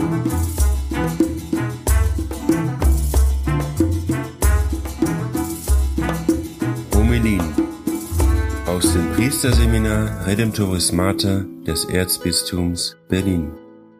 Homilien aus dem Priesterseminar Redemptoris Mater des Erzbistums Berlin.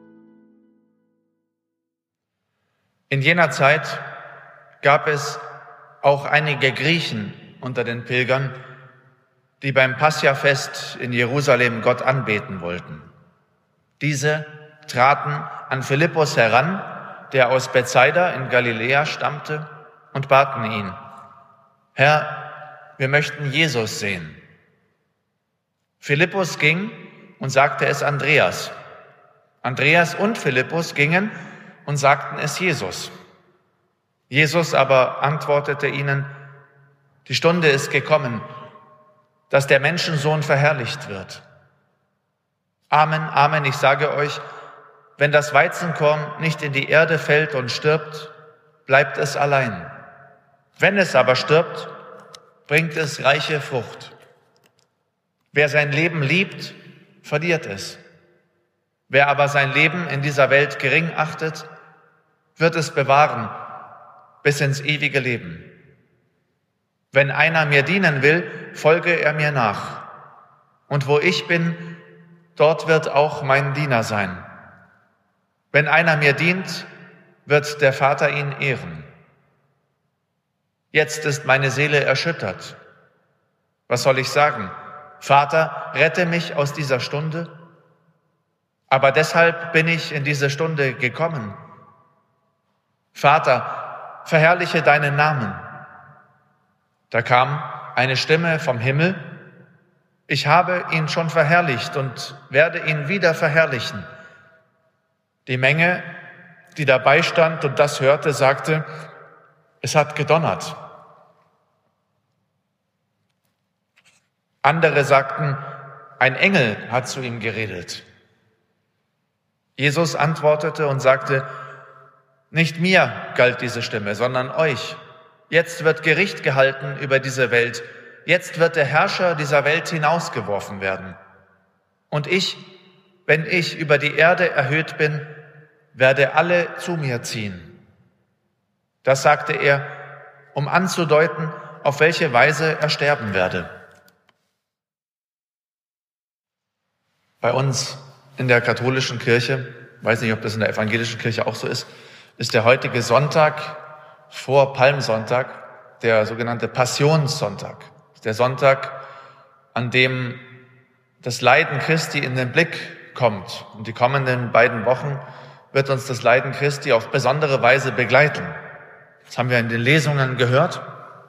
In jener Zeit gab es auch einige Griechen unter den Pilgern, die beim Passiafest in Jerusalem Gott anbeten wollten. Diese traten an Philippus heran, der aus Bethsaida in Galiläa stammte, und baten ihn: Herr, wir möchten Jesus sehen. Philippus ging und sagte es Andreas. Andreas und Philippus gingen und sagten es Jesus. Jesus aber antwortete ihnen: Die Stunde ist gekommen, dass der Menschensohn verherrlicht wird. Amen, Amen, ich sage euch, wenn das Weizenkorn nicht in die Erde fällt und stirbt, bleibt es allein. Wenn es aber stirbt, bringt es reiche Frucht. Wer sein Leben liebt, verliert es. Wer aber sein Leben in dieser Welt gering achtet, wird es bewahren bis ins ewige Leben. Wenn einer mir dienen will, folge er mir nach. Und wo ich bin, dort wird auch mein Diener sein. Wenn einer mir dient, wird der Vater ihn ehren. Jetzt ist meine Seele erschüttert. Was soll ich sagen? Vater, rette mich aus dieser Stunde. Aber deshalb bin ich in diese Stunde gekommen. Vater, verherrliche deinen Namen. Da kam eine Stimme vom Himmel: Ich habe ihn schon verherrlicht und werde ihn wieder verherrlichen. Die Menge, die dabei stand und das hörte, sagte: Es hat gedonnert. Andere sagten: Ein Engel hat zu ihm geredet. Jesus antwortete und sagte: Nicht mir galt diese Stimme, sondern euch. Jetzt wird Gericht gehalten über diese Welt. Jetzt wird der Herrscher dieser Welt hinausgeworfen werden. Und ich, wenn ich über die Erde erhöht bin, werde alle zu mir ziehen. Das sagte er, um anzudeuten, auf welche Weise er sterben werde. Bei uns in der katholischen Kirche, weiß nicht, ob das in der evangelischen Kirche auch so ist der heutige Sonntag vor Palmsonntag der sogenannte Passionssonntag. Der Sonntag, an dem das Leiden Christi in den Blick kommt. Und die kommenden beiden Wochen wird uns das Leiden Christi auf besondere Weise begleiten. Das haben wir in den Lesungen gehört.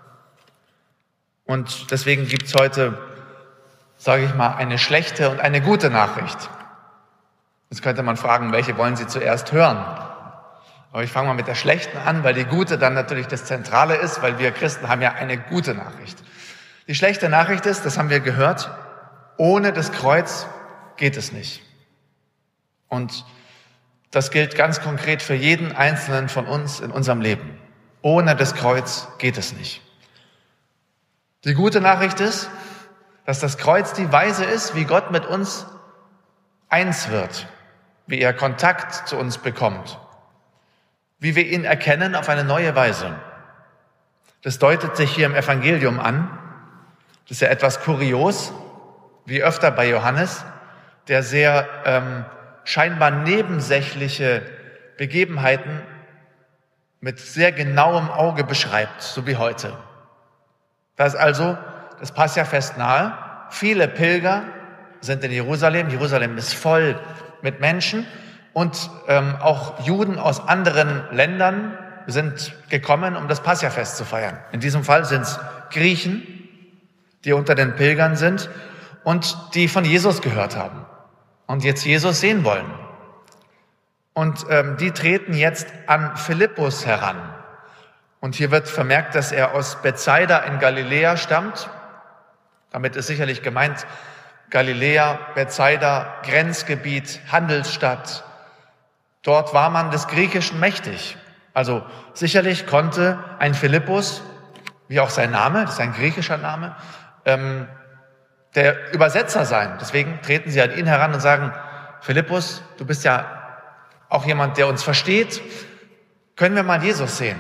Und deswegen gibt's heute, sage ich mal, eine schlechte und eine gute Nachricht. Jetzt könnte man fragen, welche wollen Sie zuerst hören? Aber ich fange mal mit der schlechten an, weil die gute dann natürlich das Zentrale ist, weil wir Christen haben ja eine gute Nachricht. Die schlechte Nachricht ist, das haben wir gehört, ohne das Kreuz geht es nicht. Und das gilt ganz konkret für jeden Einzelnen von uns in unserem Leben. Ohne das Kreuz geht es nicht. Die gute Nachricht ist, dass das Kreuz die Weise ist, wie Gott mit uns eins wird, wie er Kontakt zu uns bekommt, wie wir ihn erkennen auf eine neue Weise. Das deutet sich hier im Evangelium an. Das ist ja etwas kurios, wie öfter bei Johannes, der sehr scheinbar nebensächliche Begebenheiten mit sehr genauem Auge beschreibt, so wie heute. Da ist also das Passiafest nahe. Viele Pilger sind in Jerusalem. Jerusalem ist voll mit Menschen. Und auch Juden aus anderen Ländern sind gekommen, um das Passiafest zu feiern. In diesem Fall sind es Griechen, die unter den Pilgern sind und die von Jesus gehört haben und jetzt Jesus sehen wollen. Und die treten jetzt an Philippus heran. Und hier wird vermerkt, dass er aus Bethsaida in Galiläa stammt. Damit ist sicherlich gemeint Galiläa, Bethsaida, Grenzgebiet, Handelsstadt. Dort war man des Griechischen mächtig. Also sicherlich konnte ein Philippus, wie auch sein Name, das ist ein griechischer Name, der Übersetzer sein. Deswegen treten sie an ihn heran und sagen: Philippus, du bist ja auch jemand, der uns versteht, können wir mal Jesus sehen.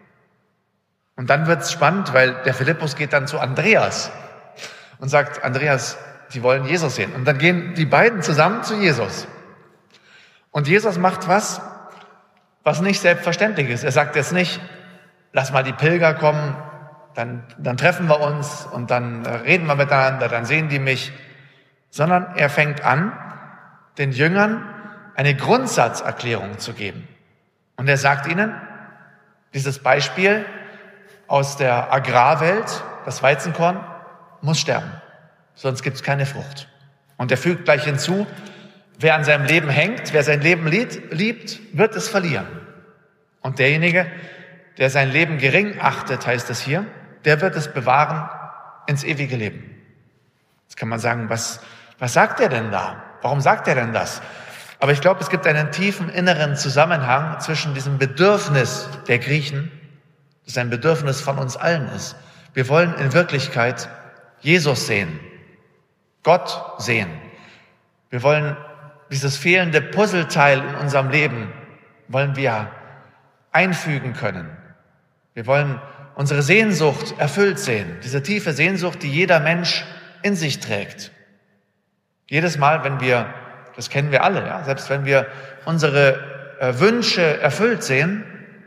Und dann wird's spannend, weil der Philippus geht dann zu Andreas und sagt, Andreas, die wollen Jesus sehen. Und dann gehen die beiden zusammen zu Jesus. Und Jesus macht was nicht selbstverständlich ist. Er sagt jetzt nicht, lass mal die Pilger kommen, dann treffen wir uns und dann reden wir miteinander, dann sehen die mich, sondern er fängt an, den Jüngern eine Grundsatzerklärung zu geben. Und er sagt ihnen, dieses Beispiel aus der Agrarwelt, das Weizenkorn, muss sterben, sonst gibt es keine Frucht. Und er fügt gleich hinzu, wer an seinem Leben hängt, wer sein Leben liebt, wird es verlieren. Und derjenige, der sein Leben gering achtet, heißt es hier, der wird es bewahren ins ewige Leben. Jetzt kann man sagen, was sagt er denn da? Warum sagt er denn das? Aber ich glaube, es gibt einen tiefen inneren Zusammenhang zwischen diesem Bedürfnis der Griechen, das ein Bedürfnis von uns allen ist. Wir wollen in Wirklichkeit Jesus sehen, Gott sehen. Wir wollen dieses fehlende Puzzleteil in unserem Leben, wollen wir einfügen können. Wir wollen unsere Sehnsucht erfüllt sehen, diese tiefe Sehnsucht, die jeder Mensch in sich trägt. Jedes Mal, wenn wir, das kennen wir alle, ja, selbst wenn wir unsere Wünsche erfüllt sehen,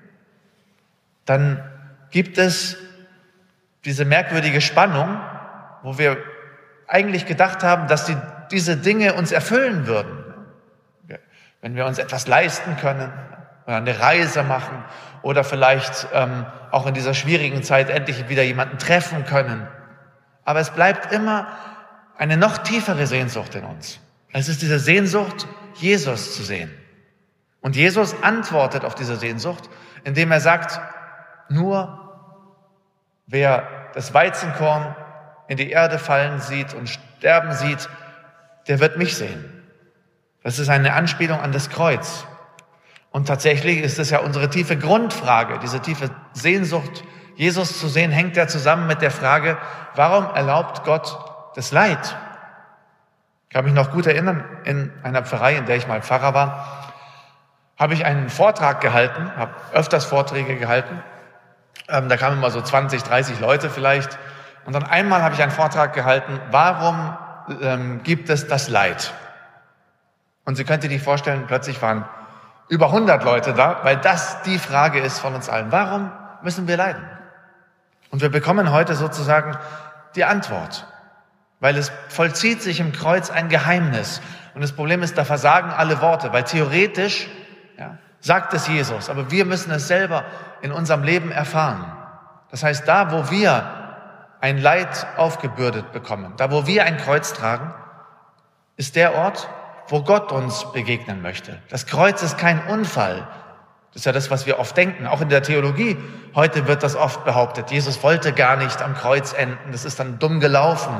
dann gibt es diese merkwürdige Spannung, wo wir eigentlich gedacht haben, dass diese Dinge uns erfüllen würden. Wenn wir uns etwas leisten können, oder eine Reise machen oder vielleicht auch in dieser schwierigen Zeit endlich wieder jemanden treffen können. Aber es bleibt immer eine noch tiefere Sehnsucht in uns. Es ist diese Sehnsucht, Jesus zu sehen. Und Jesus antwortet auf diese Sehnsucht, indem er sagt, nur wer das Weizenkorn in die Erde fallen sieht und sterben sieht, der wird mich sehen. Das ist eine Anspielung an das Kreuz. Und tatsächlich ist es ja unsere tiefe Grundfrage, diese tiefe Sehnsucht, Jesus zu sehen, hängt ja zusammen mit der Frage, warum erlaubt Gott das Leid? Ich kann mich noch gut erinnern, in einer Pfarrei, in der ich mal Pfarrer war, habe ich einen Vortrag gehalten, habe öfters Vorträge gehalten. Da kamen immer so 20, 30 Leute vielleicht. Und dann einmal habe ich einen Vortrag gehalten, warum gibt es das Leid? Und Sie können sich vorstellen, plötzlich waren über 100 Leute da, weil das die Frage ist von uns allen. Warum müssen wir leiden? Und wir bekommen heute sozusagen die Antwort, weil es vollzieht sich im Kreuz ein Geheimnis. Und das Problem ist, da versagen alle Worte, weil theoretisch sagt es Jesus, aber wir müssen es selber in unserem Leben erfahren. Das heißt, da, wo wir ein Leid aufgebürdet bekommen, da, wo wir ein Kreuz tragen, ist der Ort, wo Gott uns begegnen möchte. Das Kreuz ist kein Unfall. Das ist ja das, was wir oft denken. Auch in der Theologie, heute wird das oft behauptet. Jesus wollte gar nicht am Kreuz enden. Das ist dann dumm gelaufen.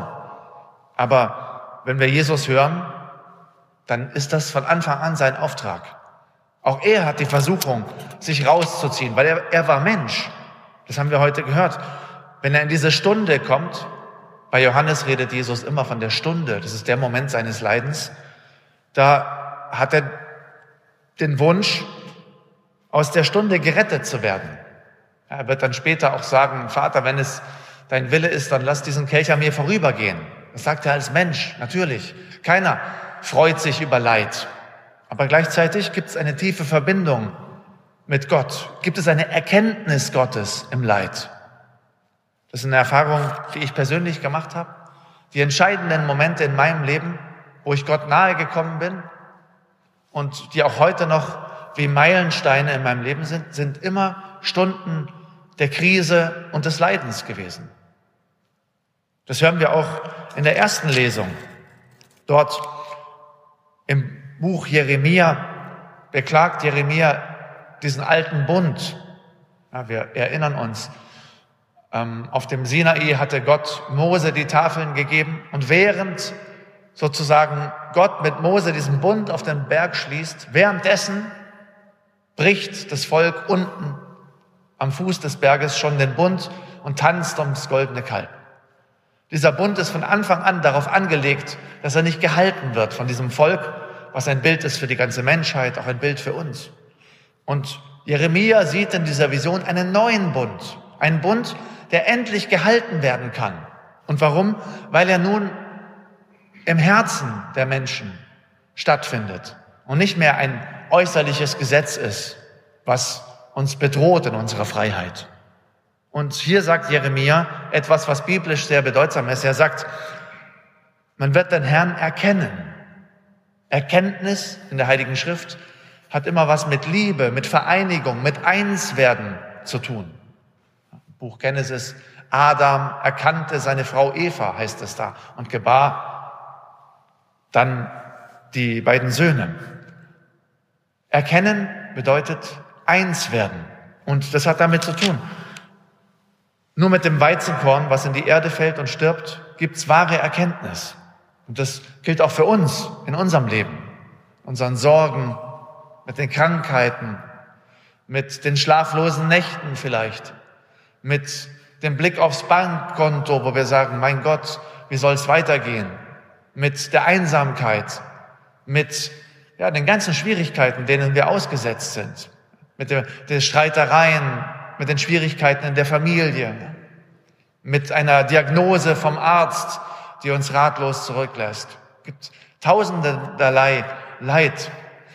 Aber wenn wir Jesus hören, dann ist das von Anfang an sein Auftrag. Auch er hat die Versuchung, sich rauszuziehen, weil er war Mensch. Das haben wir heute gehört. Wenn er in diese Stunde kommt, bei Johannes redet Jesus immer von der Stunde. Das ist der Moment seines Leidens. Da hat er den Wunsch, aus der Stunde gerettet zu werden. Er wird dann später auch sagen, Vater, wenn es dein Wille ist, dann lass diesen Kelch an mir vorübergehen. Das sagt er als Mensch, natürlich. Keiner freut sich über Leid. Aber gleichzeitig gibt es eine tiefe Verbindung mit Gott. Gibt es eine Erkenntnis Gottes im Leid. Das ist eine Erfahrung, die ich persönlich gemacht habe. Die entscheidenden Momente in meinem Leben, wo ich Gott nahe gekommen bin und die auch heute noch wie Meilensteine in meinem Leben sind immer Stunden der Krise und des Leidens gewesen. Das hören wir auch in der ersten Lesung. Dort im Buch Jeremia beklagt Jeremia diesen alten Bund. Ja, wir erinnern uns, auf dem Sinai hatte Gott Mose die Tafeln gegeben und während sozusagen Gott mit Mose diesen Bund auf den Berg schließt, währenddessen bricht das Volk unten am Fuß des Berges schon den Bund und tanzt ums goldene Kalb. Dieser Bund ist von Anfang an darauf angelegt, dass er nicht gehalten wird von diesem Volk, was ein Bild ist für die ganze Menschheit, auch ein Bild für uns. Und Jeremia sieht in dieser Vision einen neuen Bund. Einen Bund, der endlich gehalten werden kann. Und warum? Weil er nun im Herzen der Menschen stattfindet und nicht mehr ein äußerliches Gesetz ist, was uns bedroht in unserer Freiheit. Und hier sagt Jeremia etwas, was biblisch sehr bedeutsam ist. Er sagt, man wird den Herrn erkennen. Erkenntnis in der Heiligen Schrift hat immer was mit Liebe, mit Vereinigung, mit Einswerden zu tun. Buch Genesis, Adam erkannte seine Frau Eva, heißt es da, und gebar dann die beiden Söhne. Erkennen bedeutet eins werden. Und das hat damit zu tun. Nur mit dem Weizenkorn, was in die Erde fällt und stirbt, gibt's wahre Erkenntnis. Und das gilt auch für uns in unserem Leben. Unseren Sorgen, mit den Krankheiten, mit den schlaflosen Nächten vielleicht, mit dem Blick aufs Bankkonto, wo wir sagen, mein Gott, wie soll es weitergehen? Mit der Einsamkeit, mit den ganzen Schwierigkeiten, denen wir ausgesetzt sind, mit den Streitereien, mit den Schwierigkeiten in der Familie, mit einer Diagnose vom Arzt, die uns ratlos zurücklässt. Es gibt tausenderlei Leid.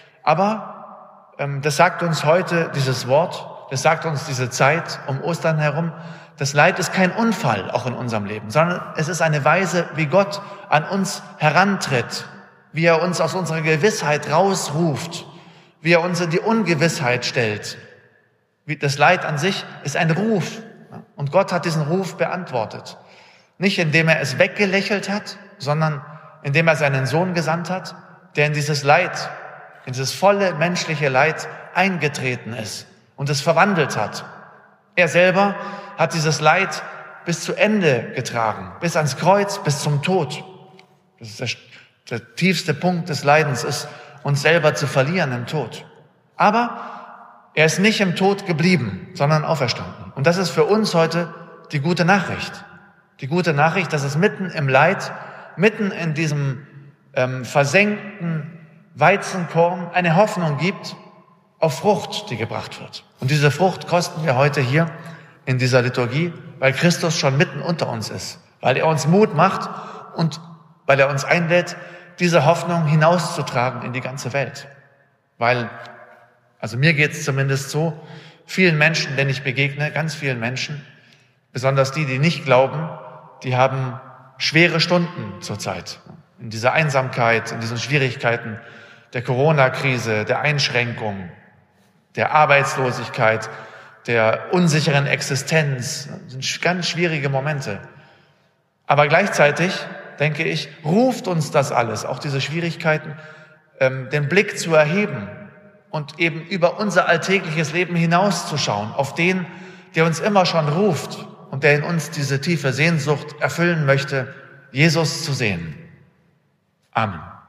Aber das sagt uns heute dieses Wort, das sagt uns diese Zeit um Ostern herum, das Leid ist kein Unfall, auch in unserem Leben, sondern es ist eine Weise, wie Gott an uns herantritt, wie er uns aus unserer Gewissheit rausruft, wie er uns in die Ungewissheit stellt. Das Leid an sich ist ein Ruf. Und Gott hat diesen Ruf beantwortet. Nicht indem er es weggelächelt hat, sondern indem er seinen Sohn gesandt hat, der in dieses Leid, in dieses volle menschliche Leid eingetreten ist und es verwandelt hat. Er selber hat dieses Leid bis zu Ende getragen, bis ans Kreuz, bis zum Tod. Das ist der tiefste Punkt des Leidens, ist, uns selber zu verlieren im Tod. Aber er ist nicht im Tod geblieben, sondern auferstanden. Und das ist für uns heute die gute Nachricht. Die gute Nachricht, dass es mitten im Leid, mitten in diesem versenkten Weizenkorn eine Hoffnung gibt auf Frucht, die gebracht wird. Und diese Frucht kosten wir heute hier in dieser Liturgie, weil Christus schon mitten unter uns ist, weil er uns Mut macht und weil er uns einlädt, diese Hoffnung hinauszutragen in die ganze Welt. Weil, also mir geht's zumindest so, vielen Menschen, denen ich begegne, ganz vielen Menschen, besonders die nicht glauben, die haben schwere Stunden zurzeit. In dieser Einsamkeit, in diesen Schwierigkeiten der Corona-Krise, der Einschränkung, der Arbeitslosigkeit, der unsicheren Existenz. Das sind ganz schwierige Momente. Aber gleichzeitig, denke ich, ruft uns das alles, auch diese Schwierigkeiten, den Blick zu erheben und eben über unser alltägliches Leben hinauszuschauen, auf den, der uns immer schon ruft und der in uns diese tiefe Sehnsucht erfüllen möchte, Jesus zu sehen. Amen.